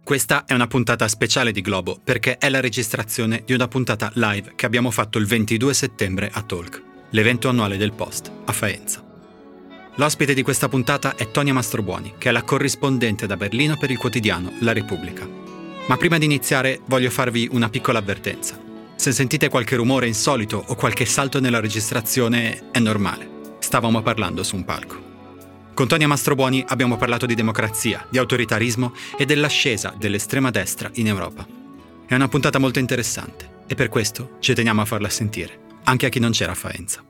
Questa è una puntata speciale di Globo perché è la registrazione di una puntata live che abbiamo fatto il 22 settembre a Talk, l'evento annuale del Post, a Faenza. L'ospite di questa puntata è Tonia Mastrobuoni, che è la corrispondente da Berlino per il quotidiano La Repubblica. Ma prima di iniziare voglio farvi una piccola avvertenza. Se sentite qualche rumore insolito o qualche salto nella registrazione è normale. Stavamo parlando su un palco. Con Tonia Mastrobuoni abbiamo parlato di democrazia, di autoritarismo e dell'ascesa dell'estrema destra in Europa. È una puntata molto interessante e per questo ci teniamo a farla sentire, anche a chi non c'era a Faenza.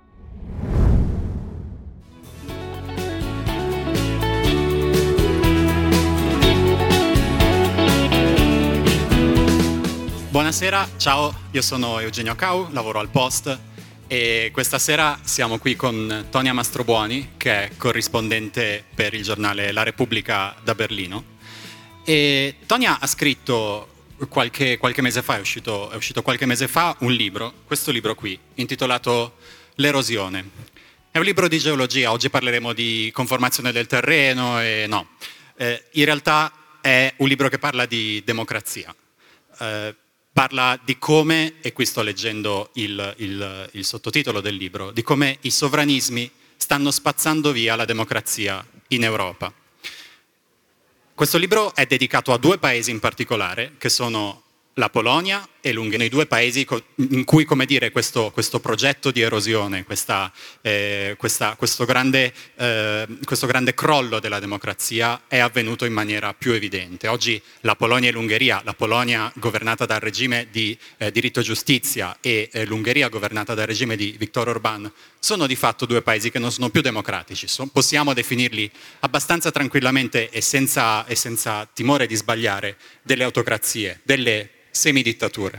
Buonasera, ciao, io sono Eugenio Cau, lavoro al Post e questa sera siamo qui con Tonia Mastrobuoni, che è corrispondente per il giornale La Repubblica da Berlino. E Tonia ha scritto qualche mese fa, è uscito qualche mese fa un libro, questo libro qui, intitolato L'erosione. È un libro di geologia, oggi parleremo di conformazione del terreno e no. In realtà è un libro che parla di democrazia. Parla di come, e qui sto leggendo il sottotitolo del libro, di come i sovranismi stanno spazzando via la democrazia in Europa. Questo libro è dedicato a due paesi in particolare, che sono la Polonia e l'Ungheria, i due paesi in cui, come dire, questo progetto di erosione, questo grande crollo della democrazia è avvenuto in maniera più evidente. Oggi la Polonia e l'Ungheria, la Polonia governata dal regime di diritto e giustizia e l'Ungheria governata dal regime di Viktor Orbán, sono di fatto due paesi che non sono più democratici. Possiamo definirli abbastanza tranquillamente e senza timore di sbagliare delle autocrazie, delle semidittature.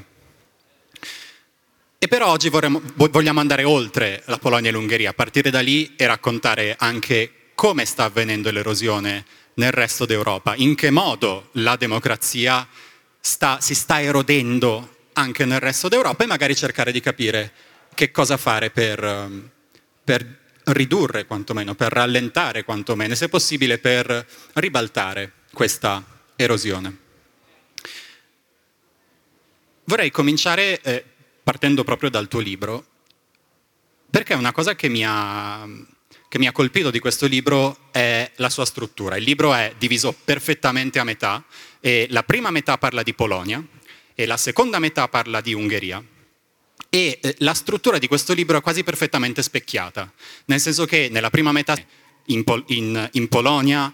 E però oggi vogliamo andare oltre la Polonia e l'Ungheria, partire da lì e raccontare anche come sta avvenendo l'erosione nel resto d'Europa, in che modo la democrazia si sta erodendo anche nel resto d'Europa e magari cercare di capire che cosa fare per ridurre quantomeno, per rallentare quantomeno, e se possibile per ribaltare questa erosione. Vorrei cominciare partendo proprio dal tuo libro, perché una cosa che mi ha colpito di questo libro è la sua struttura. Il libro è diviso perfettamente a metà e la prima metà parla di Polonia e la seconda metà parla di Ungheria. E la struttura di questo libro è quasi perfettamente specchiata, nel senso che nella prima metà in Polonia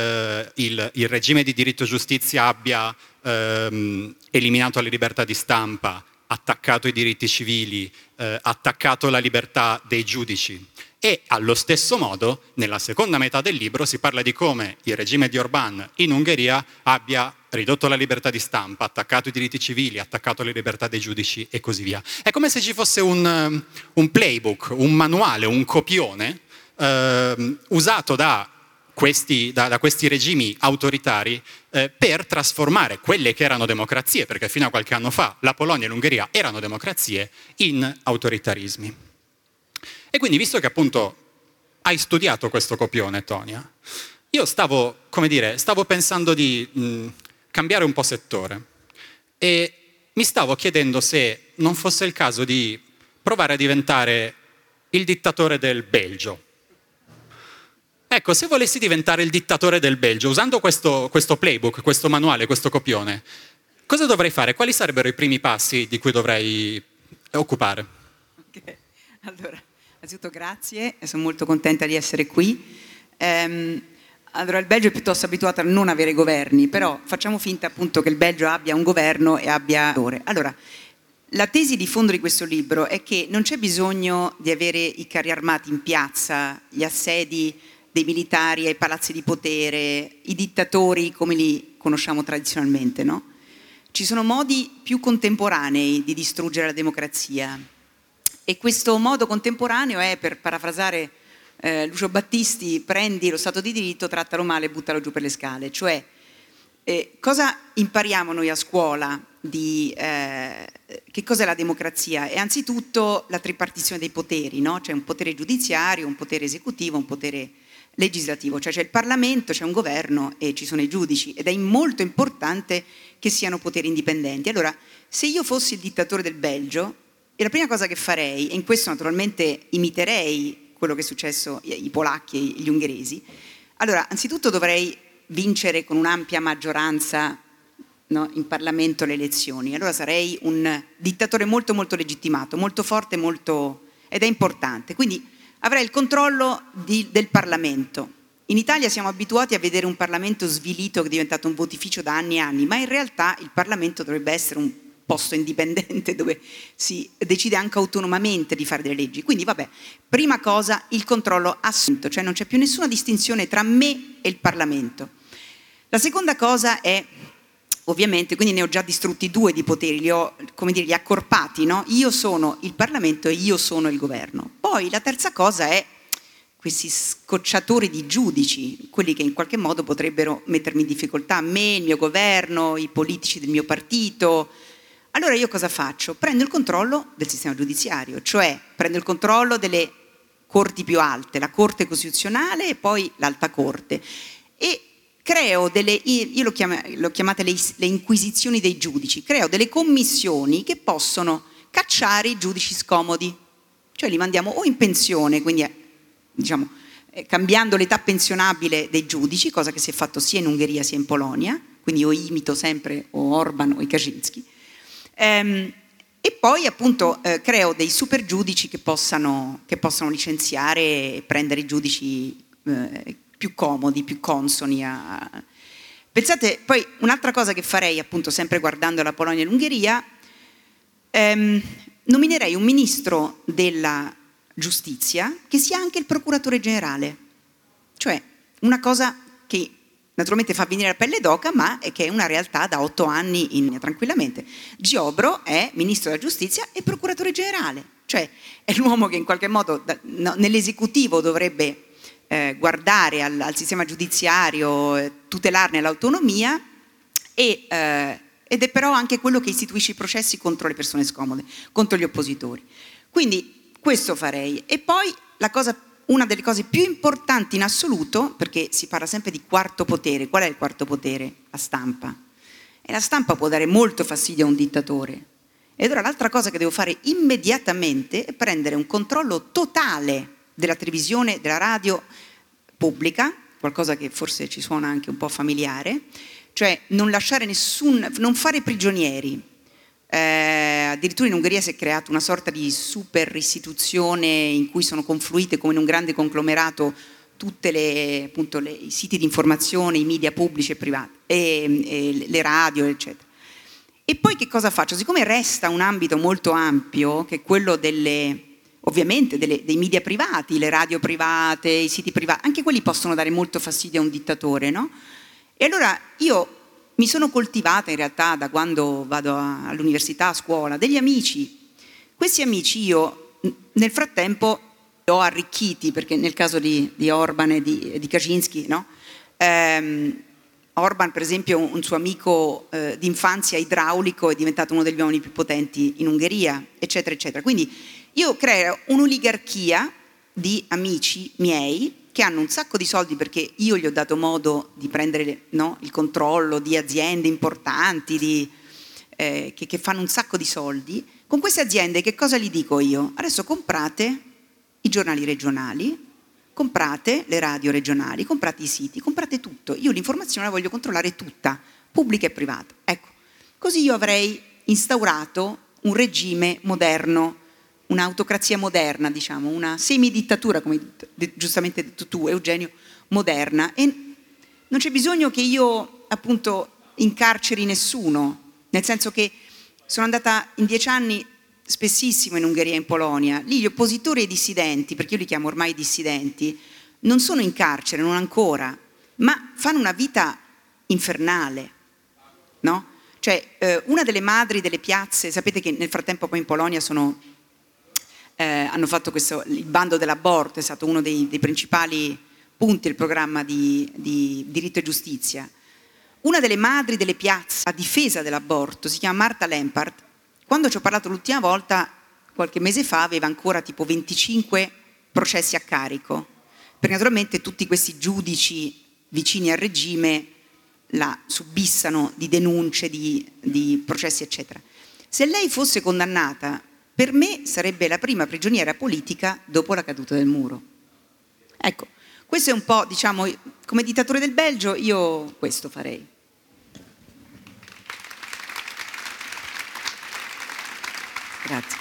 il regime di diritto e giustizia abbia eliminato le libertà di stampa, attaccato i diritti civili, attaccato la libertà dei giudici. E allo stesso modo, nella seconda metà del libro, si parla di come il regime di Orbán in Ungheria abbia ridotto la libertà di stampa, attaccato i diritti civili, attaccato le libertà dei giudici e così via. È come se ci fosse un playbook, un manuale, un copione usato da questi regimi autoritari per trasformare quelle che erano democrazie, perché fino a qualche anno fa la Polonia e l'Ungheria erano democrazie, in autoritarismi. E quindi, visto che appunto hai studiato questo copione, Tonia, io stavo pensando di cambiare un po' settore e mi stavo chiedendo se non fosse il caso di provare a diventare il dittatore del Belgio. Ecco, se volessi diventare il dittatore del Belgio, usando questo playbook, questo manuale, questo copione, cosa dovrei fare? Quali sarebbero i primi passi di cui dovrei occupare? Ok, allora, innanzitutto grazie, sono molto contenta di essere qui. Allora, il Belgio è piuttosto abituato a non avere governi, però facciamo finta appunto che il Belgio abbia un governo e abbia... Allora, la tesi di fondo di questo libro è che non c'è bisogno di avere i carri armati in piazza, gli assedi dei militari ai palazzi di potere, i dittatori come li conosciamo tradizionalmente, no? Ci sono modi più contemporanei di distruggere la democrazia e questo modo contemporaneo è, per parafrasare Lucio Battisti, prendi lo Stato di diritto, trattalo male e buttalo giù per le scale. Cioè, cosa impariamo noi a scuola che cos'è la democrazia? È anzitutto la tripartizione dei poteri, no? C'è un potere giudiziario, un potere esecutivo, un potere legislativo, cioè c'è il Parlamento, c'è un governo e ci sono i giudici, ed è molto importante che siano poteri indipendenti. Allora, se io fossi il dittatore del Belgio, e la prima cosa che farei, e in questo naturalmente imiterei quello che è successo ai polacchi e agli ungheresi, allora anzitutto dovrei vincere con un'ampia maggioranza, no, in Parlamento le elezioni. Allora sarei un dittatore molto molto legittimato, molto forte, ed è importante. Quindi avrei il controllo del Parlamento. In Italia siamo abituati a vedere un Parlamento svilito che è diventato un votificio da anni e anni, ma in realtà il Parlamento dovrebbe essere un posto indipendente dove si decide anche autonomamente di fare delle leggi. Quindi vabbè, prima cosa il controllo assoluto, cioè non c'è più nessuna distinzione tra me e il Parlamento. La seconda cosa è, ovviamente, quindi ne ho già distrutti 2 di poteri, li ho, come dire, li accorpati, no? Io sono il Parlamento e io sono il governo. Poi la terza cosa è questi scocciatori di giudici, quelli che in qualche modo potrebbero mettermi in difficoltà, me, il mio governo, i politici del mio partito. Allora io cosa faccio? Prendo il controllo del sistema giudiziario, cioè prendo il controllo delle corti più alte, la Corte Costituzionale e poi l'Alta Corte, e creo io l'ho chiamate le inquisizioni dei giudici, creo delle commissioni che possono cacciare i giudici scomodi, cioè li mandiamo o in pensione, quindi diciamo cambiando l'età pensionabile dei giudici, cosa che si è fatto sia in Ungheria sia in Polonia, quindi io imito sempre o Orban o i Kaczynski, e poi appunto creo dei super giudici che possano licenziare e prendere i giudici più comodi, più consoni Pensate, poi un'altra cosa che farei, appunto sempre guardando la Polonia e l'Ungheria, nominerei un ministro della giustizia che sia anche il procuratore generale, cioè una cosa che naturalmente fa venire la pelle d'oca, ma che è una realtà da 8 anni tranquillamente. Giobro è ministro della giustizia e procuratore generale, cioè è l'uomo che in qualche modo nell'esecutivo dovrebbe guardare al sistema giudiziario, tutelarne l'autonomia, ed è però anche quello che istituisce i processi contro le persone scomode, contro gli oppositori. Quindi questo farei. E poi una delle cose più importanti in assoluto, perché si parla sempre di quarto potere. Qual è il quarto potere? La stampa. E la stampa può dare molto fastidio a un dittatore. E allora l'altra cosa che devo fare immediatamente è prendere un controllo totale della televisione, della radio pubblica, qualcosa che forse ci suona anche un po' familiare, cioè non lasciare non fare prigionieri. Addirittura in Ungheria si è creata una sorta di super istituzione in cui sono confluite come in un grande conglomerato tutte i siti di informazione, i media pubblici e privati, e le radio, eccetera. E poi che cosa faccio? Siccome resta un ambito molto ampio, che è quello ovviamente dei media privati, le radio private, i siti privati, anche quelli possono dare molto fastidio a un dittatore, no? E allora io mi sono coltivata in realtà da quando vado all'università, a scuola, degli amici. Questi amici io nel frattempo li ho arricchiti, perché nel caso di Orban e di Kaczynski, no? Orban per esempio, un suo amico d'infanzia idraulico, è diventato uno degli uomini più potenti in Ungheria, eccetera, eccetera. Quindi io creo un'oligarchia di amici miei che hanno un sacco di soldi perché io gli ho dato modo di prendere, no, il controllo di aziende importanti che fanno un sacco di soldi. Con queste aziende che cosa gli dico io? Adesso comprate i giornali regionali, comprate le radio regionali, comprate i siti, comprate tutto. Io l'informazione la voglio controllare tutta, pubblica e privata. Ecco, così io avrei instaurato un regime moderno, un'autocrazia moderna, diciamo, una semidittatura, come giustamente detto tu, Eugenio, moderna. E non c'è bisogno che io, appunto, incarceri nessuno, nel senso che sono andata in 10 anni spessissimo in Ungheria e in Polonia. Lì gli oppositori e i dissidenti, perché io li chiamo ormai dissidenti, non sono in carcere, non ancora, ma fanno una vita infernale, no? Cioè, una delle madri delle piazze, sapete che nel frattempo poi in Polonia hanno fatto il bando dell'aborto, è stato uno dei principali punti del programma di diritto e giustizia. Una delle madri delle piazze a difesa dell'aborto si chiama Marta Lempart. Quando ci ho parlato l'ultima volta, qualche mese fa, aveva ancora tipo 25 processi a carico, perché naturalmente tutti questi giudici vicini al regime la subissano di denunce, di processi, eccetera. Se lei fosse condannata, per me sarebbe la prima prigioniera politica dopo la caduta del muro. Ecco, questo è un po', diciamo, come dittatore del Belgio, io questo farei. Grazie.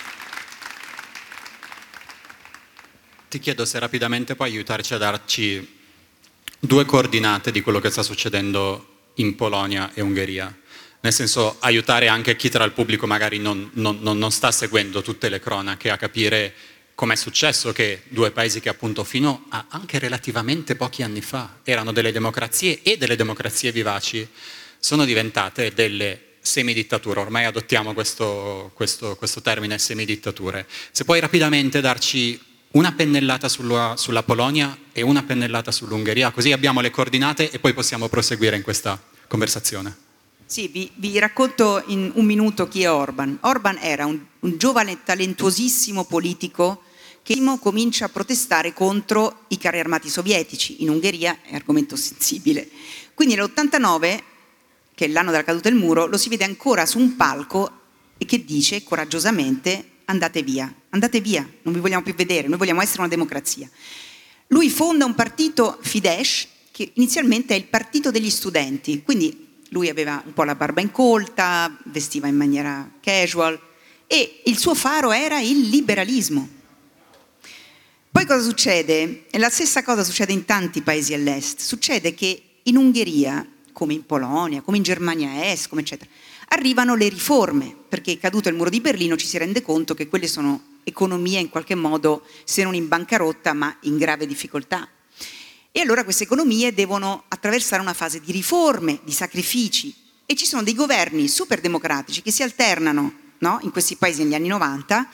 Ti chiedo se rapidamente puoi aiutarci a darci 2 coordinate di quello che sta succedendo in Polonia e Ungheria. Nel senso, aiutare anche chi tra il pubblico magari non sta seguendo tutte le cronache a capire com'è successo che 2 paesi che appunto fino a anche relativamente pochi anni fa erano delle democrazie e delle democrazie vivaci, sono diventate delle semidittature. Ormai adottiamo questo termine, semidittature. Se puoi rapidamente darci una pennellata sulla Polonia e una pennellata sull'Ungheria, così abbiamo le coordinate e poi possiamo proseguire in questa conversazione. Sì, vi racconto in un minuto chi è Orban. Orban era un giovane talentuosissimo politico che comincia a protestare contro i carri armati sovietici. In Ungheria è argomento sensibile. Quindi nell'89, che è l'anno della caduta del muro, lo si vede ancora su un palco e che dice coraggiosamente: andate via, non vi vogliamo più vedere, noi vogliamo essere una democrazia. Lui fonda un partito, Fidesz, che inizialmente è il partito degli studenti, quindi lui aveva un po' la barba incolta, vestiva in maniera casual e il suo faro era il liberalismo. Poi cosa succede? E la stessa cosa succede in tanti paesi all'est. Succede che in Ungheria, come in Polonia, come in Germania Est, come eccetera, arrivano le riforme, perché caduto il muro di Berlino ci si rende conto che quelle sono economie in qualche modo, se non in bancarotta, ma in grave difficoltà. E allora queste economie devono attraversare una fase di riforme, di sacrifici, e ci sono dei governi super democratici che si alternano, no, in questi paesi negli anni 90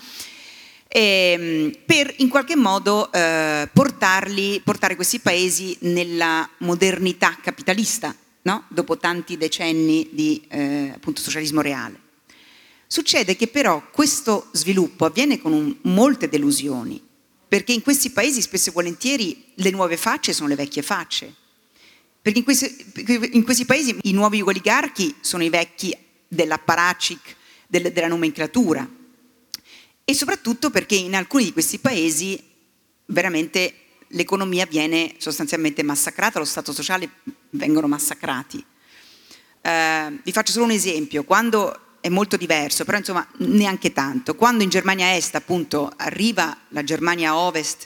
per in qualche modo portare questi paesi nella modernità capitalista, no? Dopo tanti decenni di appunto socialismo reale. Succede che però questo sviluppo avviene con molte delusioni, perché in questi paesi spesso e volentieri le nuove facce sono le vecchie facce, perché in questi paesi i nuovi oligarchi sono i vecchi dell'apparatchik, della nomenclatura, e soprattutto perché in alcuni di questi paesi veramente l'economia viene sostanzialmente massacrata, lo stato sociale vengono massacrati. Vi faccio solo un esempio, quando è molto diverso, però insomma neanche tanto. Quando in Germania Est appunto arriva la Germania Ovest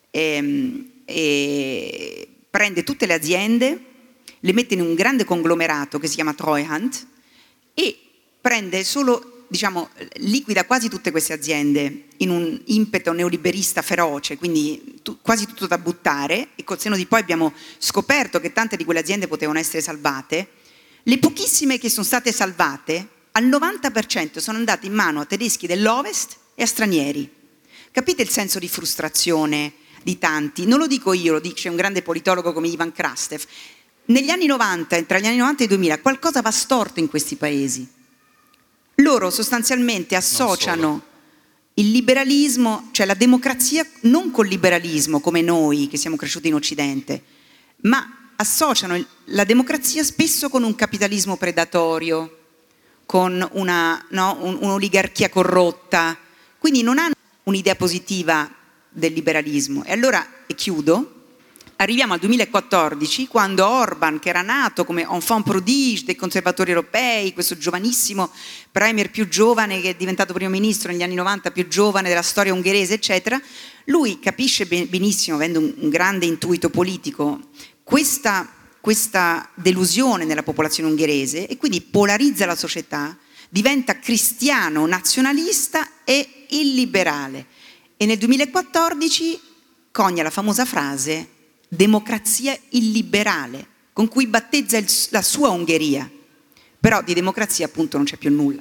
e prende tutte le aziende, le mette in un grande conglomerato che si chiama Treuhand e prende solo, diciamo, liquida quasi tutte queste aziende in un impeto neoliberista feroce, quindi quasi tutto da buttare, e col senno di poi abbiamo scoperto che tante di quelle aziende potevano essere salvate. Le pochissime che sono state salvate al 90% sono andate in mano a tedeschi dell'Ovest e a stranieri. Capite il senso di frustrazione di tanti? Non lo dico io, lo dice un grande politologo come Ivan Krastev. Negli anni 90, tra gli anni 90 e i 2000, qualcosa va storto in questi paesi. Loro sostanzialmente associano il liberalismo, cioè la democrazia, non col liberalismo come noi che siamo cresciuti in Occidente, ma associano la democrazia spesso con un capitalismo predatorio, con un'oligarchia corrotta, quindi non hanno un'idea positiva del liberalismo. E allora, e chiudo, arriviamo al 2014, quando Orban, che era nato come enfant prodige dei conservatori europei, questo giovanissimo premier più giovane che è diventato primo ministro negli anni 90, più giovane della storia ungherese, eccetera, lui capisce benissimo, avendo un grande intuito politico, questa delusione nella popolazione ungherese e quindi polarizza la società, diventa cristiano, nazionalista e illiberale. E nel 2014 conia la famosa frase democrazia illiberale, con cui battezza la sua Ungheria. Però di democrazia appunto non c'è più nulla.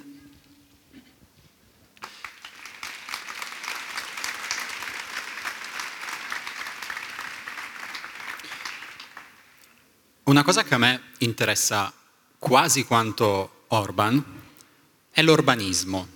Una cosa che a me interessa quasi quanto Orban è l'orbanismo.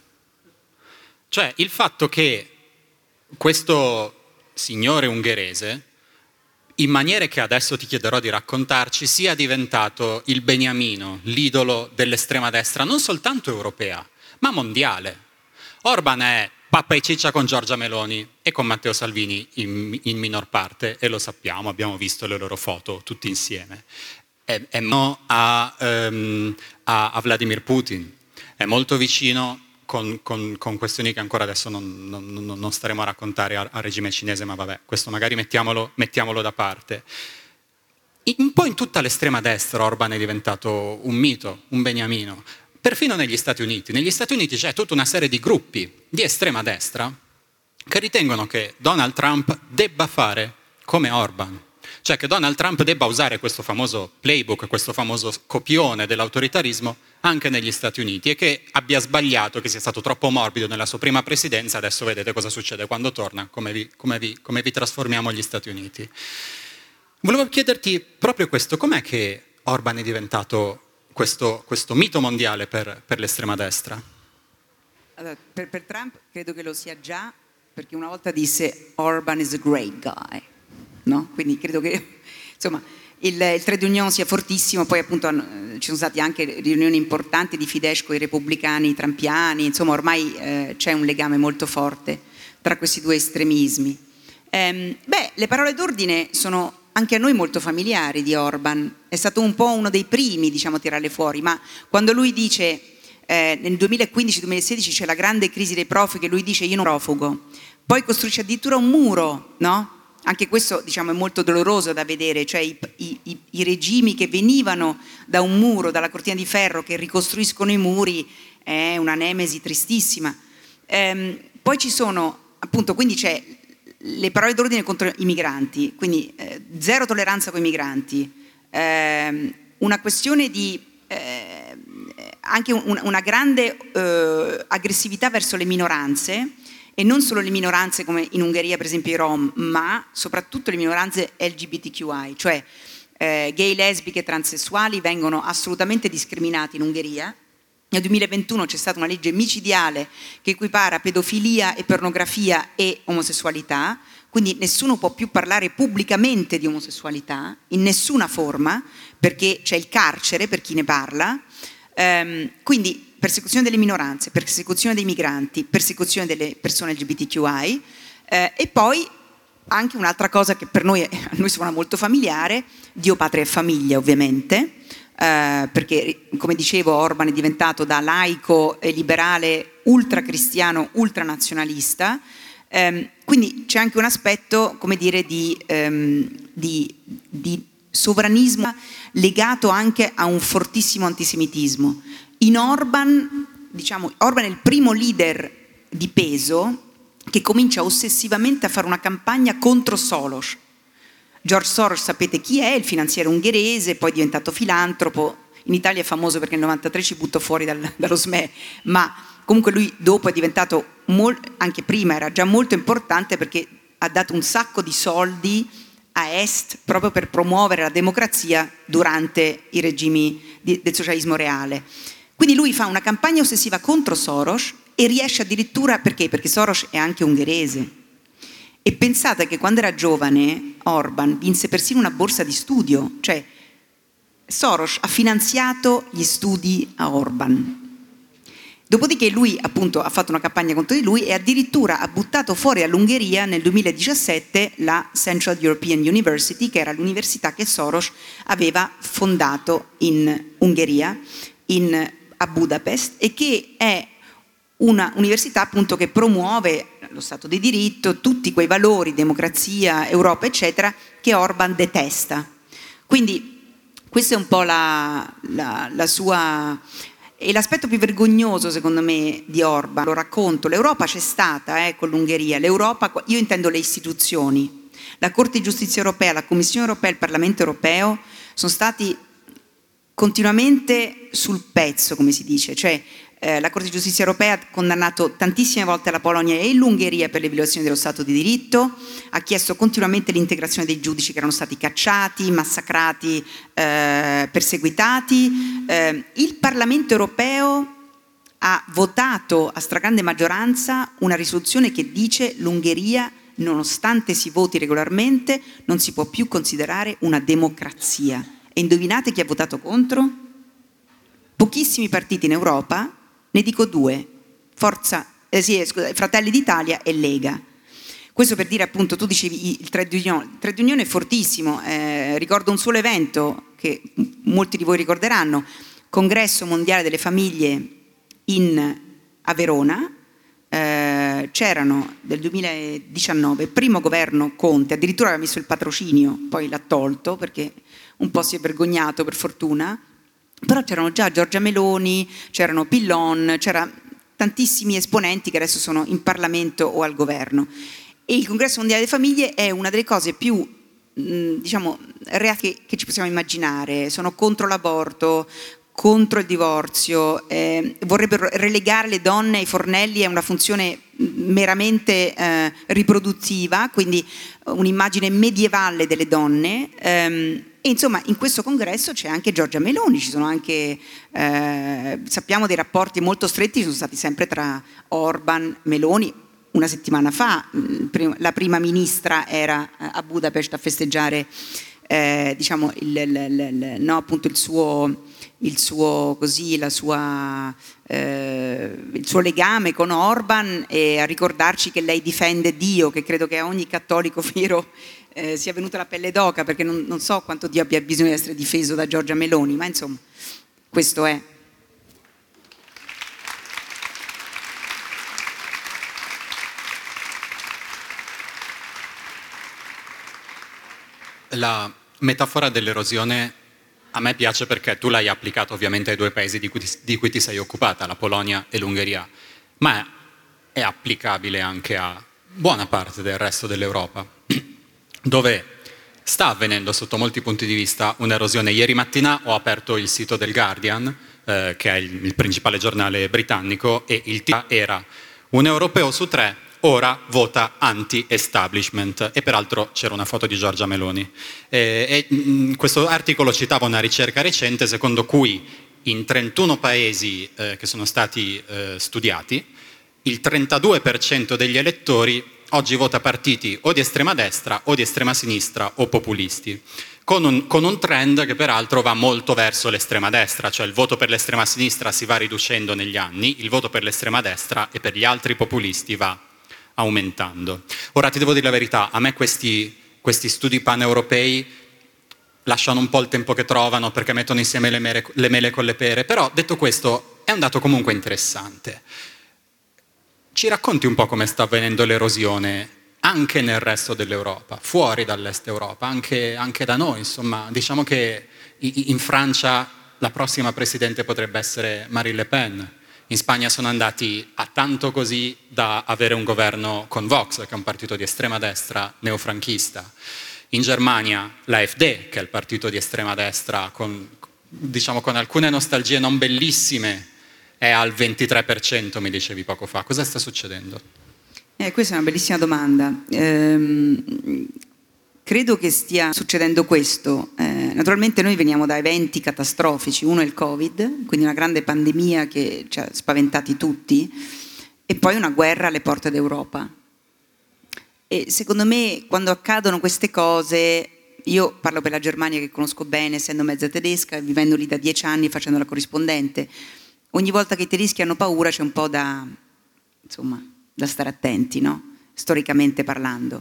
Cioè il fatto che questo signore ungherese in maniere che adesso ti chiederò di raccontarci, sia diventato il beniamino, l'idolo dell'estrema destra, non soltanto europea, ma mondiale. Orban è pappa e ciccia con Giorgia Meloni e con Matteo Salvini in minor parte, e lo sappiamo, abbiamo visto le loro foto tutti insieme. È no a Vladimir Putin, è molto vicino con questioni che ancora adesso non staremo a raccontare al regime cinese, ma vabbè, questo magari mettiamolo da parte. Un po' in tutta l'estrema destra Orban è diventato un mito, un beniamino, perfino negli Stati Uniti. Negli Stati Uniti c'è tutta una serie di gruppi di estrema destra che ritengono che Donald Trump debba fare come Orban, cioè che Donald Trump debba usare questo famoso playbook, questo famoso copione dell'autoritarismo anche negli Stati Uniti, e che abbia sbagliato, che sia stato troppo morbido nella sua prima presidenza. Adesso vedete cosa succede quando torna, come vi trasformiamo gli Stati Uniti. Volevo chiederti proprio questo: com'è che Orban è diventato questo mito mondiale per l'estrema destra? Allora, per Trump credo che lo sia già, perché una volta disse Orban is a great guy, no? Quindi credo che insomma il trade union sia fortissimo. Poi appunto ci sono stati anche riunioni importanti di Fidesz con i repubblicani trampiani, insomma ormai c'è un legame molto forte tra questi due estremismi. Le parole d'ordine sono anche a noi molto familiari di Orban, è stato un po' uno dei primi, diciamo, a tirarle fuori, ma quando lui dice nel 2015-2016 c'è la grande crisi dei profughi, lui dice io non profugo, poi costruisce addirittura un muro, no? Anche questo, diciamo, è molto doloroso da vedere, cioè i regimi che venivano da un muro, dalla cortina di ferro, che ricostruiscono i muri, è una nemesi tristissima. Poi ci sono, appunto, quindi c'è le parole d'ordine contro i migranti, quindi zero tolleranza con i migranti, una questione di anche una grande aggressività verso le minoranze, e non solo le minoranze come in Ungheria per esempio i Rom, ma soprattutto le minoranze LGBTQI, cioè gay, lesbiche, transessuali vengono assolutamente discriminati in Ungheria. Nel 2021 c'è stata una legge micidiale che equipara pedofilia e pornografia e omosessualità, quindi nessuno può più parlare pubblicamente di omosessualità in nessuna forma, perché c'è il carcere per chi ne parla. Quindi persecuzione delle minoranze, persecuzione dei migranti, persecuzione delle persone LGBTQI, e poi anche un'altra cosa che per noi, a noi suona molto familiare: Dio, patria e famiglia, ovviamente. Perché, come dicevo, Orban è diventato da laico e liberale ultracristiano, ultranazionalista, quindi c'è anche un aspetto, come dire, di sovranismo legato anche a un fortissimo antisemitismo. In Orban, diciamo, Orban è il primo leader di peso che comincia ossessivamente a fare una campagna contro Soros. George Soros, sapete chi è? Il finanziere ungherese, poi è diventato filantropo. In Italia è famoso perché nel 93 ci buttò fuori dallo SME, ma comunque lui dopo è diventato, anche prima era già molto importante, perché ha dato un sacco di soldi a Est proprio per promuovere la democrazia durante i regimi del socialismo reale. Quindi lui fa una campagna ossessiva contro Soros e riesce addirittura, perché? Perché Soros è anche ungherese. E pensate che quando era giovane Orban vinse persino una borsa di studio, cioè Soros ha finanziato gli studi a Orban. Dopodiché lui appunto ha fatto una campagna contro di lui e addirittura ha buttato fuori dall'Ungheria nel 2017 la Central European University, che era l'università che Soros aveva fondato in Ungheria, a Budapest, e che è una università appunto che promuove lo Stato di diritto, tutti quei valori, democrazia, Europa, eccetera, che Orban detesta. Quindi questa è un po' la sua... E l'aspetto più vergognoso, secondo me, di Orban, lo racconto, l'Europa c'è stata con l'Ungheria, l'Europa, io intendo le istituzioni, la Corte di Giustizia Europea, la Commissione Europea e il Parlamento Europeo sono stati continuamente sul pezzo, come si dice, cioè la Corte di Giustizia Europea ha condannato tantissime volte la Polonia e l'Ungheria per le violazioni dello Stato di diritto, ha chiesto continuamente l'integrazione dei giudici che erano stati cacciati, massacrati, perseguitati. Il Parlamento Europeo ha votato a stragrande maggioranza una risoluzione che dice l'Ungheria nonostante si voti regolarmente, non si può più considerare una democrazia. E indovinate chi ha votato contro? Pochissimi partiti in Europa, ne dico due, Fratelli d'Italia e Lega. Questo per dire, appunto, tu dicevi il trade union è fortissimo, ricordo un solo evento che molti di voi ricorderanno, Congresso Mondiale delle Famiglie a Verona, c'erano del 2019, primo governo Conte, addirittura aveva messo il patrocinio, poi l'ha tolto perché un po' si è vergognato per fortuna, però c'erano già Giorgia Meloni, c'erano Pillon, c'erano tantissimi esponenti che adesso sono in Parlamento o al governo. E il Congresso Mondiale delle Famiglie è una delle cose più diciamo reati che ci possiamo immaginare. Sono contro l'aborto, contro il divorzio, vorrebbero relegare le donne ai fornelli a una funzione meramente riproduttiva, quindi un'immagine medievale delle donne. E insomma in questo congresso c'è anche Giorgia Meloni, ci sono anche, sappiamo dei rapporti molto stretti, sono stati sempre tra Orban, Meloni. Una settimana fa la prima ministra era a Budapest a festeggiare diciamo appunto il suo legame con Orban, e a ricordarci che lei difende Dio, che credo che a ogni cattolico vero sia venuta la pelle d'oca, perché non so quanto Dio abbia bisogno di essere difeso da Giorgia Meloni, ma insomma questo è. La metafora dell'erosione a me piace perché tu l'hai applicata ovviamente ai due paesi di cui ti sei occupata, la Polonia e l'Ungheria, ma è applicabile anche a buona parte del resto dell'Europa, dove sta avvenendo sotto molti punti di vista un'erosione. Ieri mattina ho aperto il sito del Guardian, che è il principale giornale britannico, e il titolo era "Un europeo su 3 ora vota anti-establishment", e peraltro c'era una foto di Giorgia Meloni. Questo articolo citava una ricerca recente secondo cui in 31 paesi che sono stati studiati, il 32% degli elettori oggi vota partiti o di estrema destra o di estrema sinistra o populisti, con un trend che peraltro va molto verso l'estrema destra, cioè il voto per l'estrema sinistra si va riducendo negli anni, il voto per l'estrema destra e per gli altri populisti va aumentando. Ora ti devo dire la verità, a me questi studi paneuropei lasciano un po' il tempo che trovano, perché mettono insieme le mele con le pere, però detto questo è un dato comunque interessante. Ci racconti un po' come sta avvenendo l'erosione anche nel resto dell'Europa, fuori dall'est Europa, anche da noi, insomma. Diciamo che in Francia la prossima presidente potrebbe essere Marine Le Pen. In Spagna sono andati a tanto così da avere un governo con Vox, che è un partito di estrema destra neofranchista. In Germania l'AfD, che è il partito di estrema destra con alcune nostalgie non bellissime, è al 23%, mi dicevi poco fa. Cosa sta succedendo? Questa è una bellissima domanda. Credo che stia succedendo questo. Naturalmente noi veniamo da eventi catastrofici. Uno è il Covid, quindi una grande pandemia che ci ha spaventati tutti, e poi una guerra alle porte d'Europa. E secondo me quando accadono queste cose, io parlo per la Germania che conosco bene, essendo mezza tedesca e vivendo lì da 10 anni facendo la corrispondente, ogni volta che i tedeschi hanno paura c'è un po' da stare attenti, no? Storicamente parlando.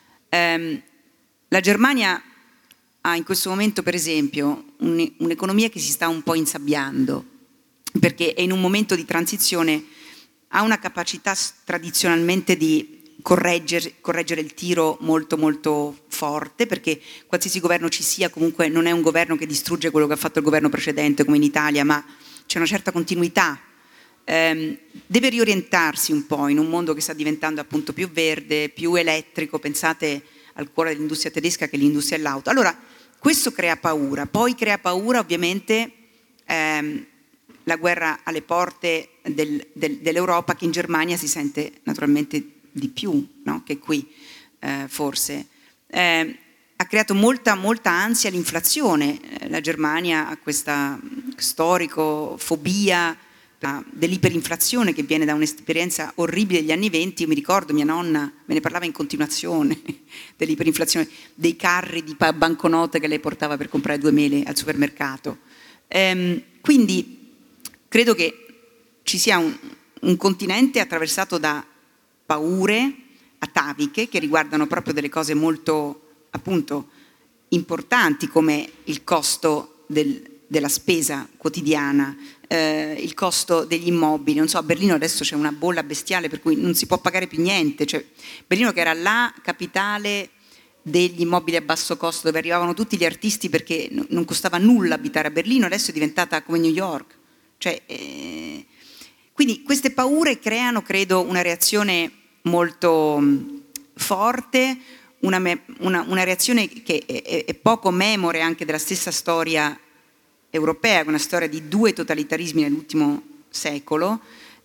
La Germania ha in questo momento, per esempio, un'economia che si sta un po' insabbiando, perché è in un momento di transizione, ha una capacità tradizionalmente di correggere il tiro molto molto forte, perché qualsiasi governo ci sia comunque non è un governo che distrugge quello che ha fatto il governo precedente come in Italia, ma c'è una certa continuità. Deve riorientarsi un po' in un mondo che sta diventando appunto più verde, più elettrico. Pensate al cuore dell'industria tedesca che è l'industria dell'auto. Allora questo crea paura, poi crea paura ovviamente la guerra alle porte dell'Europa, che in Germania si sente naturalmente di più, no? Che qui forse ha creato molta ansia l'inflazione. La Germania ha questa storico fobia dell'iperinflazione che viene da un'esperienza orribile degli anni '20. Io mi ricordo mia nonna me ne parlava in continuazione dell'iperinflazione, dei carri di banconote che lei portava per comprare 2 mele al supermercato. Quindi credo che ci sia un continente attraversato da paure ataviche che riguardano proprio delle cose molto, appunto, importanti, come il costo della spesa quotidiana, il costo degli immobili. Non so, a Berlino adesso c'è una bolla bestiale per cui non si può pagare più niente. Cioè, Berlino, che era la capitale degli immobili a basso costo, dove arrivavano tutti gli artisti perché non costava nulla abitare a Berlino, adesso è diventata come New York. Cioè, quindi queste paure creano, credo, una reazione molto forte, una reazione che è poco memore anche della stessa storia europea, una storia di 2 totalitarismi nell'ultimo secolo,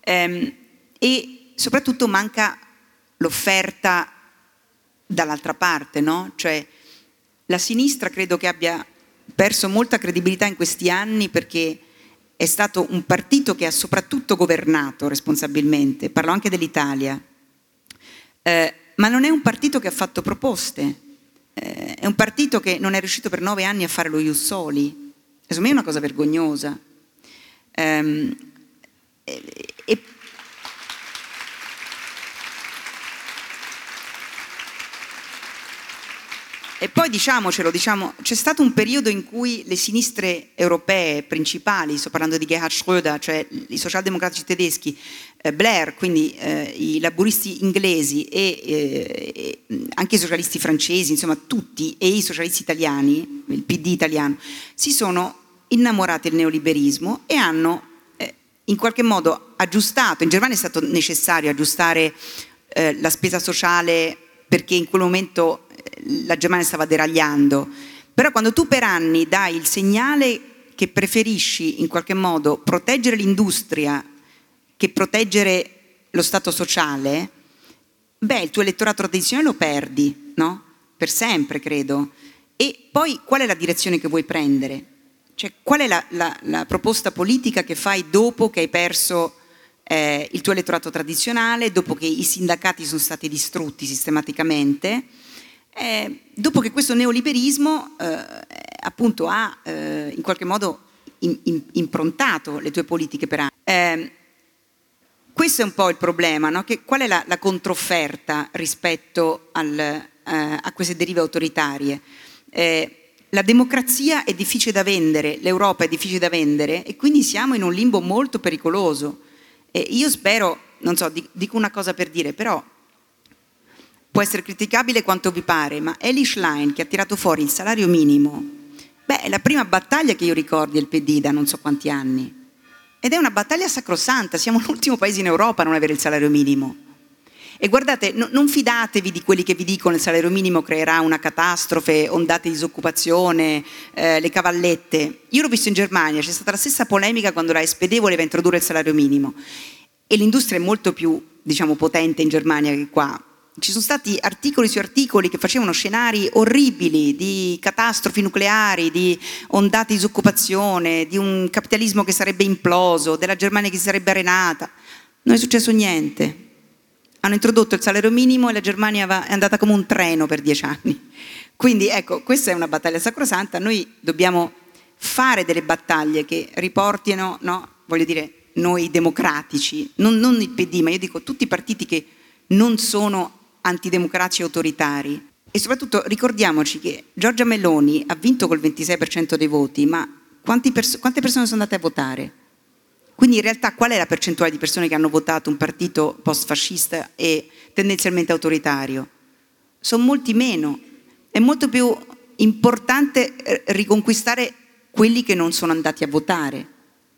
e soprattutto manca l'offerta dall'altra parte, no? Cioè, la sinistra credo che abbia perso molta credibilità in questi anni, perché è stato un partito che ha soprattutto governato responsabilmente, parlo anche dell'Italia, ma non è un partito che ha fatto proposte, è un partito che non è riuscito per 9 anni a fare lo Ius Soli. Secondo me è una cosa vergognosa. E poi diciamocelo, c'è stato un periodo in cui le sinistre europee principali, sto parlando di Gerhard Schröder, cioè i socialdemocratici tedeschi, Blair, quindi i laburisti inglesi e anche i socialisti francesi, insomma tutti, e i socialisti italiani, il PD italiano, si sono innamorati del neoliberismo e hanno in qualche modo aggiustato. In Germania è stato necessario aggiustare la spesa sociale, perché in quel momento la Germania stava deragliando, però quando tu per anni dai il segnale che preferisci in qualche modo proteggere l'industria che proteggere lo Stato sociale, beh, il tuo elettorato tradizionale lo perdi, no? Per sempre, credo. E poi qual è la direzione che vuoi prendere? Cioè, qual è la proposta politica che fai dopo che hai perso il tuo elettorato tradizionale, dopo che i sindacati sono stati distrutti sistematicamente, dopo che questo neoliberismo appunto ha in qualche modo improntato le tue politiche per anni. Questo è un po' il problema, no? Qual è la controfferta rispetto a queste derive autoritarie? La democrazia è difficile da vendere, l'Europa è difficile da vendere, e quindi siamo in un limbo molto pericoloso. Io spero, non so, dico una cosa per dire, però può essere criticabile quanto vi pare, ma Elly Schlein, che ha tirato fuori il salario minimo, beh, è la prima battaglia che io ricordi del PD da non so quanti anni, ed è una battaglia sacrosanta. Siamo l'ultimo paese in Europa a non avere il salario minimo. E guardate, non fidatevi di quelli che vi dicono il salario minimo creerà una catastrofe, ondate di disoccupazione, le cavallette. Io l'ho visto in Germania, c'è stata la stessa polemica quando la SPD voleva introdurre il salario minimo, e l'industria è molto più, diciamo, potente in Germania che qua. Ci sono stati articoli su articoli che facevano scenari orribili di catastrofi nucleari, di ondate di disoccupazione, di un capitalismo che sarebbe imploso, della Germania che si sarebbe arenata. Non è successo niente. Hanno introdotto il salario minimo e la Germania è andata come un treno per 10 anni. Quindi ecco, questa è una battaglia sacrosanta. Noi dobbiamo fare delle battaglie che riportino, no, voglio dire, noi democratici, non il PD, ma io dico tutti i partiti che non sono antidemocratici e autoritari. E soprattutto ricordiamoci che Giorgia Meloni ha vinto col 26% dei voti, ma quante persone sono andate a votare? Quindi in realtà qual è la percentuale di persone che hanno votato un partito post-fascista e tendenzialmente autoritario? Sono molti meno. È molto più importante riconquistare quelli che non sono andati a votare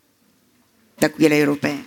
da qui alle europee.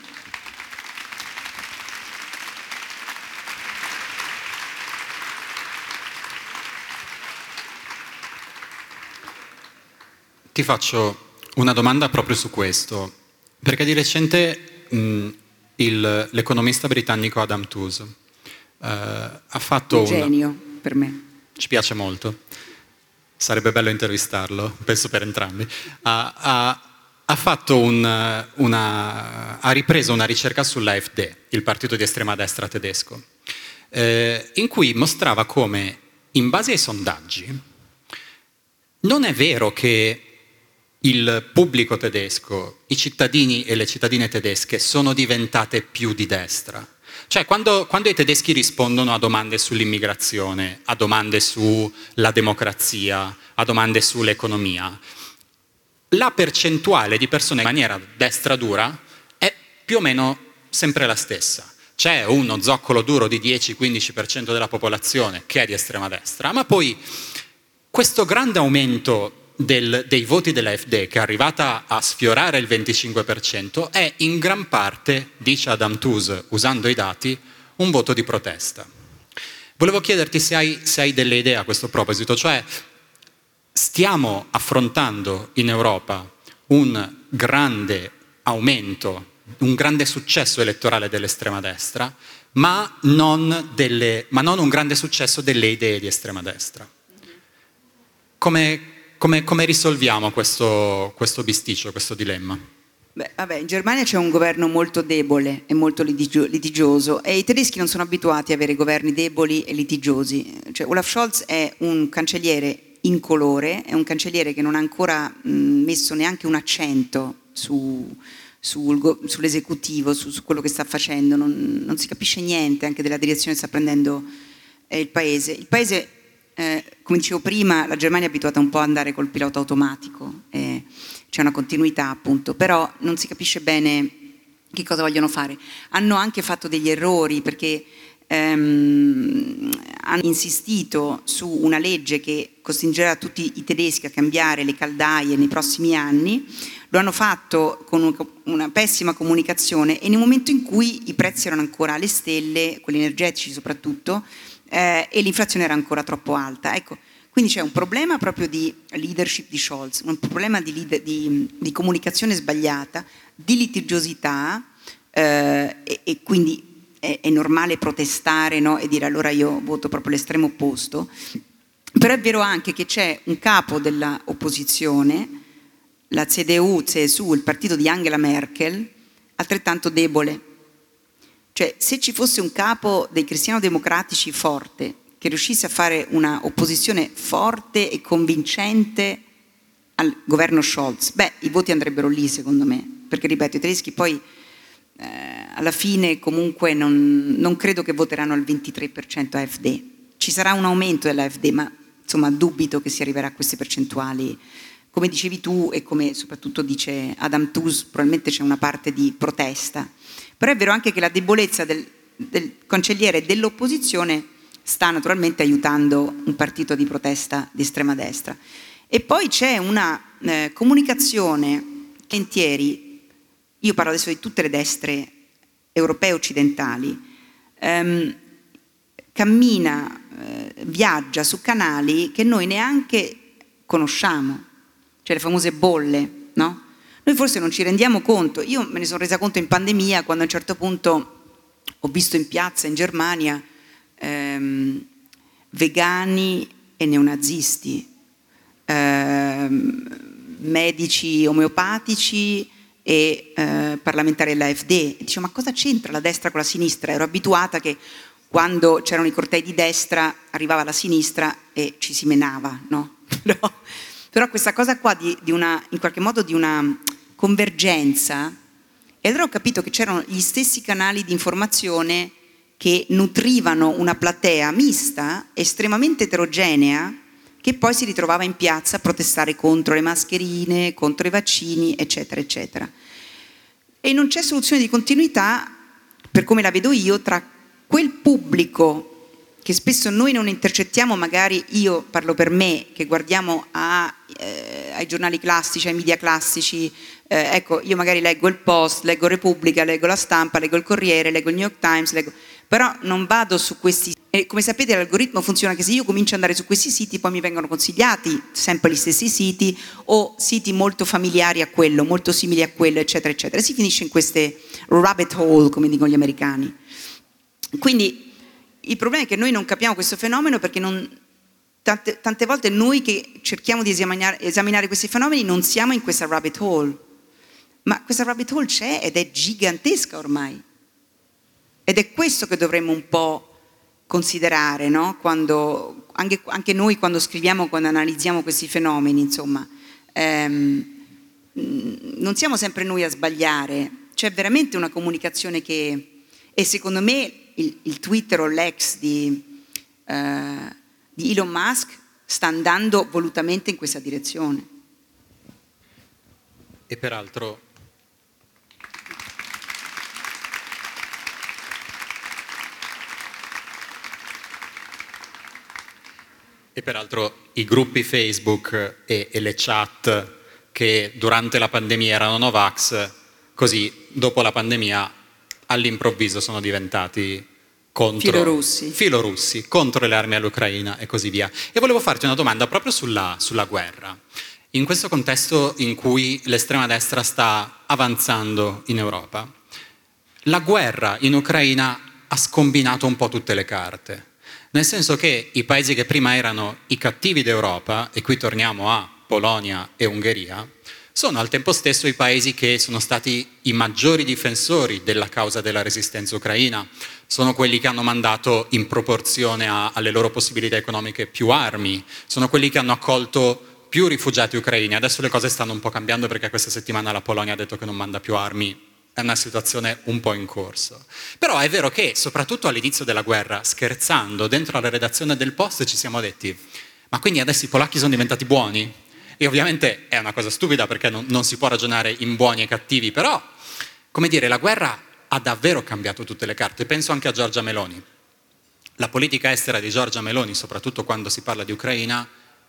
Ti faccio una domanda proprio su questo, perché di recente l'economista britannico Adam Tooze ha fatto un genio per me. Ci piace molto, sarebbe bello intervistarlo, penso per entrambi. Ha ha ripreso una ricerca sull'AfD, il partito di estrema destra tedesco, in cui mostrava come, in base ai sondaggi, non è vero che il pubblico tedesco, i cittadini e le cittadine tedesche sono diventate più di destra. Cioè, quando i tedeschi rispondono a domande sull'immigrazione, a domande sulla democrazia, a domande sull'economia, la percentuale di persone in maniera destra dura è più o meno sempre la stessa. C'è uno zoccolo duro di 10-15% della popolazione che è di estrema destra, ma poi questo grande aumento dei voti dell'AfD, che è arrivata a sfiorare il 25%, è in gran parte, dice Adam Tooze, usando i dati, un voto di protesta. Volevo chiederti se hai delle idee a questo proposito, cioè stiamo affrontando in Europa un grande aumento, un grande successo elettorale dell'estrema destra, ma non un grande successo delle idee di estrema destra. Come risolviamo questo bisticcio, questo dilemma? Beh, vabbè, in Germania c'è un governo molto debole e molto litigioso e i tedeschi non sono abituati a avere governi deboli e litigiosi. Cioè, Olaf Scholz è un cancelliere incolore, è un cancelliere che non ha ancora messo neanche un accento sull'esecutivo, su quello che sta facendo, non si capisce niente anche della direzione che sta prendendo il paese. Il paese, come dicevo prima, la Germania è abituata un po' ad andare col pilota automatico, c'è una continuità appunto, però non si capisce bene che cosa vogliono fare. Hanno anche fatto degli errori perché hanno insistito su una legge che costringerà tutti i tedeschi a cambiare le caldaie nei prossimi anni, lo hanno fatto con una pessima comunicazione e nel momento in cui i prezzi erano ancora alle stelle, quelli energetici soprattutto, e l'inflazione era ancora troppo alta. Ecco, quindi c'è un problema proprio di leadership di Scholz, un problema di comunicazione sbagliata, di litigiosità e quindi è normale protestare, no? E dire allora io voto proprio l'estremo opposto. Però è vero anche che c'è un capo dell'opposizione, la CDU-CSU, il partito di Angela Merkel, altrettanto debole. Cioè, se ci fosse un capo dei cristiano-democratici forte, che riuscisse a fare una opposizione forte e convincente al governo Scholz, beh, i voti andrebbero lì secondo me, perché ripeto, i tedeschi poi alla fine comunque non credo che voteranno al 23% AfD. Ci sarà un aumento dell'AfD, ma insomma dubito che si arriverà a queste percentuali. Come dicevi tu e come soprattutto dice Adam Tooze, probabilmente c'è una parte di protesta. Però è vero anche che la debolezza del cancelliere e dell'opposizione sta naturalmente aiutando un partito di protesta di estrema destra. E poi c'è una comunicazione che entieri, io parlo adesso di tutte le destre europee occidentali, cammina, viaggia su canali che noi neanche conosciamo, cioè le famose bolle, no? Noi forse non ci rendiamo conto, io me ne sono resa conto in pandemia quando a un certo punto ho visto in piazza in Germania vegani e neonazisti, medici omeopatici e parlamentari dell'AfD. E dicevo, ma cosa c'entra la destra con la sinistra? Ero abituata che quando c'erano i cortei di destra arrivava la sinistra e ci si menava, no? Però questa cosa qua in qualche modo di una convergenza, e allora ho capito che c'erano gli stessi canali di informazione che nutrivano una platea mista, estremamente eterogenea, che poi si ritrovava in piazza a protestare contro le mascherine, contro i vaccini, eccetera, eccetera. E non c'è soluzione di continuità, per come la vedo io, tra quel pubblico che spesso noi non intercettiamo, magari io parlo per me, che guardiamo ai giornali classici, ai media classici, ecco, io magari leggo il Post, leggo Repubblica, leggo La Stampa, leggo il Corriere, leggo il New York Times, però non vado su questi. E come sapete l'algoritmo funziona che se io comincio ad andare su questi siti poi mi vengono consigliati sempre gli stessi siti o siti molto familiari a quello, molto simili a quello, eccetera, eccetera. E si finisce in queste rabbit hole, come dicono gli americani. Quindi il problema è che noi non capiamo questo fenomeno perché tante volte noi che cerchiamo di esaminare questi fenomeni non siamo in questa rabbit hole. ma questa rabbit hole c'è ed è gigantesca ormai. Ed è questo che dovremmo un po' considerare, no? Quando, anche noi quando scriviamo, quando analizziamo questi fenomeni, insomma, non siamo sempre noi a sbagliare, c'è veramente una comunicazione che, e secondo me il Twitter o l'ex di Elon Musk sta andando volutamente in questa direzione. E peraltro i gruppi Facebook e le chat che durante la pandemia erano Novax, così dopo la pandemia all'improvviso sono diventati filorussi, contro le armi all'Ucraina e così via. E volevo farti una domanda proprio sulla guerra. In questo contesto in cui l'estrema destra sta avanzando in Europa, la guerra in Ucraina ha scombinato un po' tutte le carte. Nel senso che i paesi che prima erano i cattivi d'Europa, e qui torniamo a Polonia e Ungheria, sono al tempo stesso i paesi che sono stati i maggiori difensori della causa della resistenza ucraina, sono quelli che hanno mandato in proporzione alle loro possibilità economiche più armi, sono quelli che hanno accolto più rifugiati ucraini. Adesso le cose stanno un po' cambiando perché questa settimana la Polonia ha detto che non manda più armi. È una situazione un po' in corso. Però è vero che, soprattutto all'inizio della guerra, scherzando, dentro alla redazione del Post ci siamo detti: ma quindi adesso i polacchi sono diventati buoni? E ovviamente è una cosa stupida perché non si può ragionare in buoni e cattivi, però, come dire, la guerra ha davvero cambiato tutte le carte. Penso anche a Giorgia Meloni. La politica estera di Giorgia Meloni, soprattutto quando si parla di Ucraina,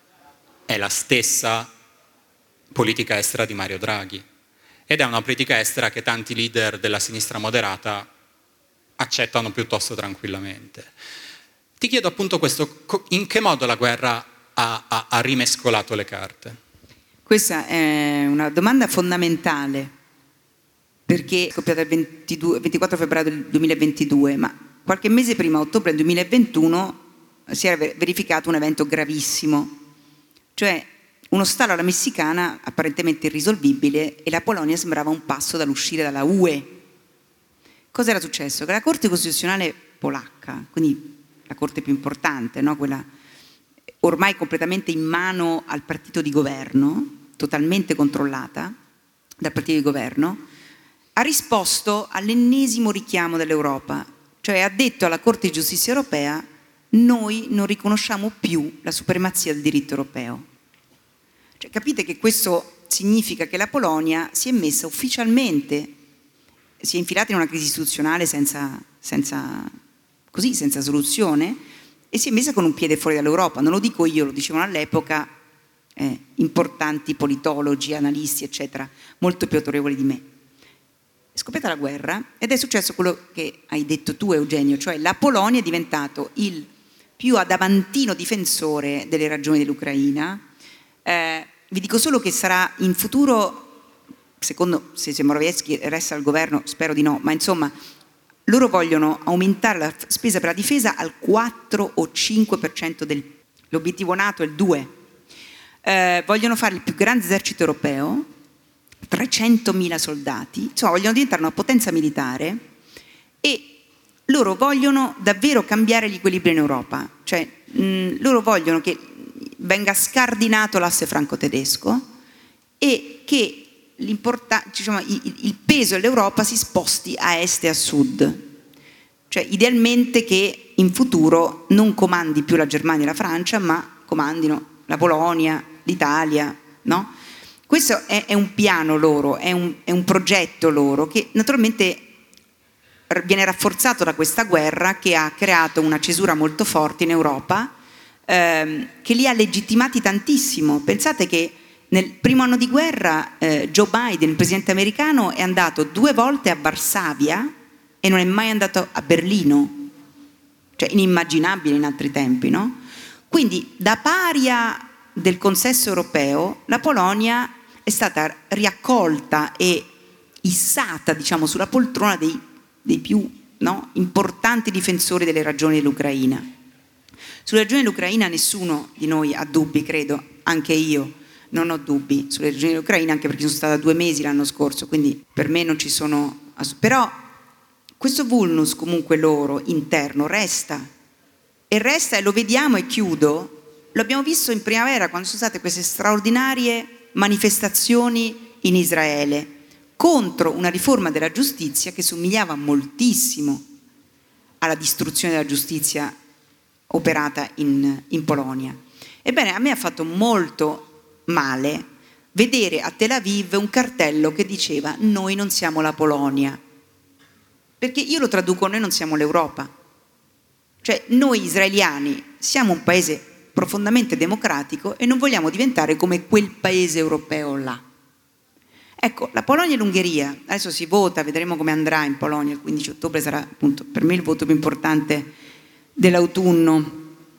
è la stessa politica estera di Mario Draghi. Ed è una politica estera che tanti leader della sinistra moderata accettano piuttosto tranquillamente. Ti chiedo appunto questo: in che modo la guerra ha rimescolato le carte? Questa è una domanda fondamentale, perché è scoppiata il 24 febbraio del 2022, ma qualche mese prima, ottobre del 2021, si era verificato un evento gravissimo, cioè uno stallo alla messicana apparentemente irrisolvibile, e la Polonia sembrava un passo dall'uscire dalla UE. Cosa era successo? Che la Corte Costituzionale polacca, quindi la corte più importante, no? Quella ormai completamente in mano al partito di governo, totalmente controllata dal partito di governo, ha risposto all'ennesimo richiamo dell'Europa, cioè ha detto alla Corte di Giustizia europea: noi non riconosciamo più la supremazia del diritto europeo. Cioè, capite che questo significa che la Polonia si è messa ufficialmente, si è infilata in una crisi istituzionale senza soluzione, e si è messa con un piede fuori dall'Europa. Non lo dico io, lo dicevano all'epoca importanti politologi, analisti, eccetera, molto più autorevoli di me. È scoppiata la guerra ed è successo quello che hai detto tu, Eugenio, cioè la Polonia è diventato il più adamantino difensore delle ragioni dell'Ucraina. Vi dico solo che sarà in futuro, secondo, se Morawiecki resta al governo, spero di no, ma insomma loro vogliono aumentare la spesa per la difesa al 4 o 5% l'obiettivo NATO è il 2%. Vogliono fare il più grande esercito europeo, 300.000 soldati, insomma vogliono diventare una potenza militare, e loro vogliono davvero cambiare gli equilibri in Europa, cioè loro vogliono che venga scardinato l'asse franco-tedesco e che il peso dell'Europa si sposti a est e a sud, cioè idealmente che in futuro non comandi più la Germania e la Francia, ma comandino la Polonia, l'Italia, no? Questo è un piano loro, è un progetto loro che naturalmente viene rafforzato da questa guerra che ha creato una cesura molto forte in Europa, che li ha legittimati tantissimo. Pensate che nel primo anno di guerra Joe Biden, il presidente americano, è andato 2 volte a Varsavia e non è mai andato a Berlino, cioè inimmaginabile in altri tempi, no? Quindi da paria del consesso europeo la Polonia è stata riaccolta e issata, diciamo, sulla poltrona dei più, no, importanti difensori delle ragioni dell'Ucraina. Sulle ragioni dell'Ucraina nessuno di noi ha dubbi, credo, anche io. non ho dubbi sulle regioni dell'Ucraina, anche perché sono stata 2 mesi l'anno scorso, quindi per me non ci sono... Però questo vulnus comunque loro interno resta, e lo vediamo, e chiudo, lo abbiamo visto in primavera quando sono state queste straordinarie manifestazioni in Israele contro una riforma della giustizia che somigliava moltissimo alla distruzione della giustizia operata in Polonia. Ebbene, a me ha fatto molto male vedere a Tel Aviv un cartello che diceva «Noi non siamo la Polonia», perché io lo traduco «Noi non siamo l'Europa». Cioè, noi israeliani siamo un paese profondamente democratico e non vogliamo diventare come quel paese europeo là. Ecco, la Polonia e l'Ungheria, adesso si vota, vedremo come andrà in Polonia, il 15 ottobre sarà appunto per me il voto più importante dell'autunno.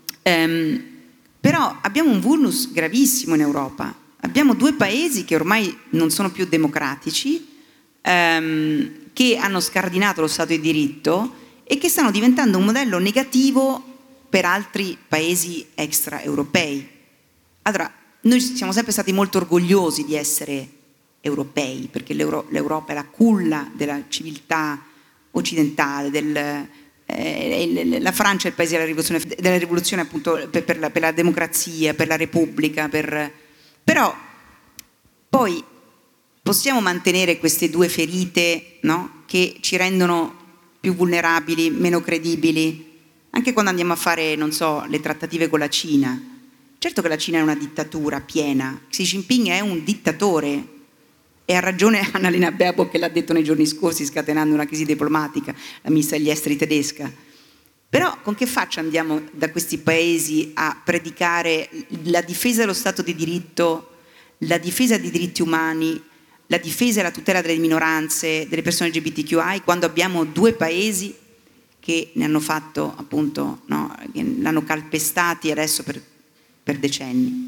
Però abbiamo un vulnus gravissimo in Europa. Abbiamo 2 paesi che ormai non sono più democratici, che hanno scardinato lo Stato di diritto e che stanno diventando un modello negativo per altri paesi extraeuropei. Allora, noi siamo sempre stati molto orgogliosi di essere europei, perché l'Europa è la culla della civiltà occidentale, la Francia è il paese della rivoluzione appunto per la democrazia, per la Repubblica, però poi possiamo mantenere queste 2 ferite, no? Che ci rendono più vulnerabili, meno credibili, anche quando andiamo a fare, non so, le trattative con la Cina. Certo che la Cina è una dittatura piena, Xi Jinping è un dittatore, e ha ragione Annalena Baerbock che l'ha detto nei giorni scorsi scatenando una crisi diplomatica, la ministra degli esteri tedesca. Però con che faccia andiamo da questi paesi a predicare la difesa dello Stato di diritto, la difesa dei diritti umani, la difesa e la tutela delle minoranze, delle persone LGBTQI, quando abbiamo 2 paesi che ne hanno fatto appunto, no, che l'hanno calpestati adesso per decenni.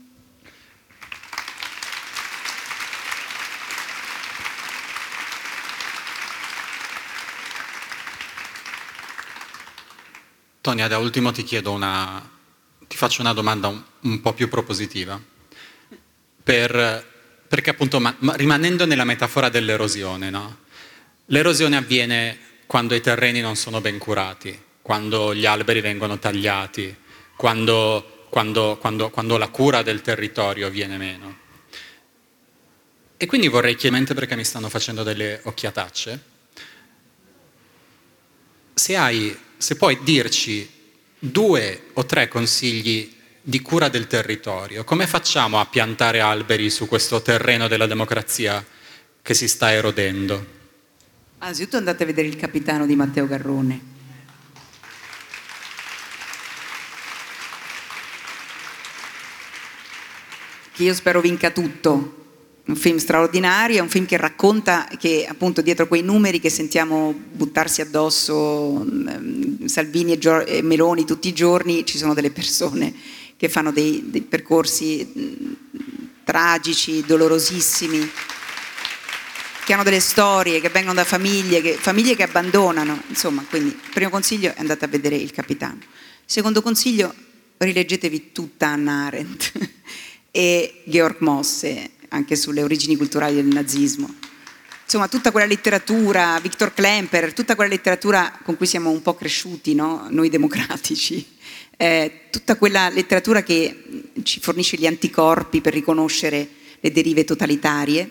Tonia, da ultimo ti faccio una domanda un po' più propositiva, perché appunto rimanendo nella metafora dell'erosione, no? L'erosione avviene quando i terreni non sono ben curati, quando gli alberi vengono tagliati, quando la cura del territorio viene meno. E quindi vorrei chiedere, perché mi stanno facendo delle occhiatacce, se puoi dirci 2 o 3 consigli di cura del territorio. Come facciamo a piantare alberi su questo terreno della democrazia che si sta erodendo? Anzitutto andate a vedere Il Capitano di Matteo Garrone. Che io spero vinca tutto. Un film straordinario, è un film che racconta che appunto dietro quei numeri che sentiamo buttarsi addosso Salvini e Meloni tutti i giorni ci sono delle persone che fanno dei percorsi tragici, dolorosissimi, che hanno delle storie, che vengono da famiglie che abbandonano, insomma. Quindi primo consiglio è andate a vedere Il Capitano. Secondo consiglio, rileggetevi tutta Hannah Arendt e Georg Mosse, anche sulle origini culturali del nazismo. Insomma, tutta quella letteratura, Viktor Klemperer, tutta quella letteratura con cui siamo un po' cresciuti, no? Noi democratici, tutta quella letteratura che ci fornisce gli anticorpi per riconoscere le derive totalitarie.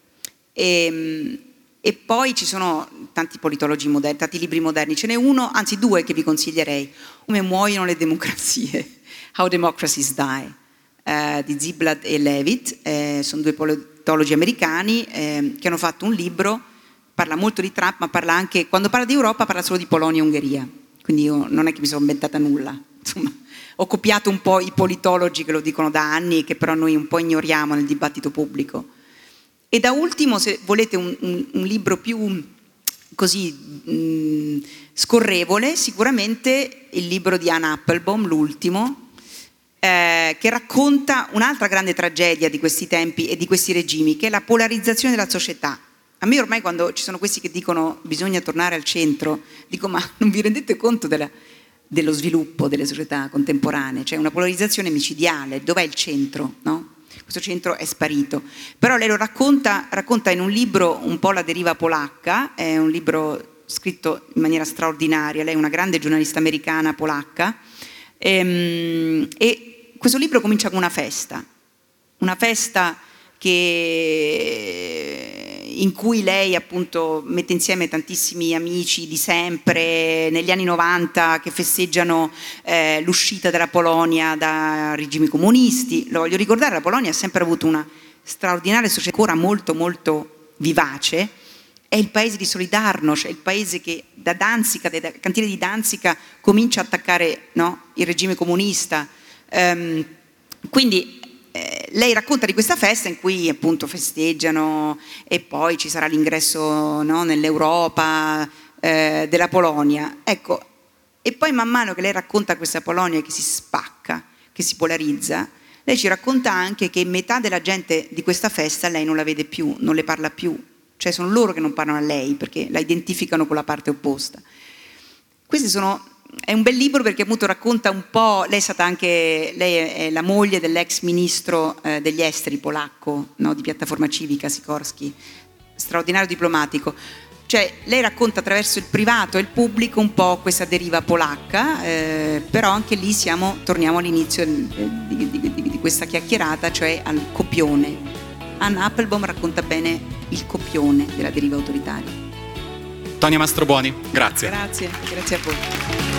E poi ci sono tanti politologi moderni, tanti libri moderni. Ce n'è uno, anzi 2 che vi consiglierei. Come muoiono le democrazie, How Democracies Die, di Ziblatt e Levitt, sono 2 politologi americani che hanno fatto un libro, parla molto di Trump, ma parla anche, quando parla di Europa parla solo di Polonia e Ungheria, quindi io non è che mi sono inventata nulla, insomma, ho copiato un po' i politologi che lo dicono da anni e che però noi un po' ignoriamo nel dibattito pubblico. E da ultimo, se volete un libro più così scorrevole, sicuramente il libro di Anna Applebaum, l'ultimo, che racconta un'altra grande tragedia di questi tempi e di questi regimi, che è la polarizzazione della società. A me ormai quando ci sono questi che dicono bisogna tornare al centro, dico ma non vi rendete conto dello sviluppo delle società contemporanee? Cioè una polarizzazione micidiale, dov'è il centro? No? questo centro è sparito. Però lei lo racconta in un libro un po' la deriva polacca, è un libro scritto in maniera straordinaria, lei è una grande giornalista americana polacca, e questo libro comincia con una festa in cui lei appunto mette insieme tantissimi amici di sempre negli anni 90 che festeggiano l'uscita della Polonia da regimi comunisti. Lo voglio ricordare, la Polonia ha sempre avuto una straordinaria società ancora molto molto vivace, è il paese di Solidarność, è il paese che da Danzica, dai cantieri di Danzica comincia a attaccare, no, il regime comunista, quindi lei racconta di questa festa in cui appunto festeggiano e poi ci sarà l'ingresso, no, nell'Europa della Polonia. Ecco, e poi man mano che lei racconta questa Polonia che si spacca, che si polarizza, lei ci racconta anche che metà della gente di questa festa lei non la vede più, non le parla più, cioè sono loro che non parlano a lei perché la identificano con la parte opposta. È un bel libro perché appunto racconta un po', lei è la moglie dell'ex ministro degli esteri polacco, no, di Piattaforma Civica, Sikorski, straordinario diplomatico. Cioè lei racconta attraverso il privato e il pubblico un po' questa deriva polacca, però anche lì torniamo all'inizio di questa chiacchierata, cioè al copione. Anna Applebaum racconta bene il copione della deriva autoritaria. Tonia Mastrobuoni, grazie. Grazie a voi.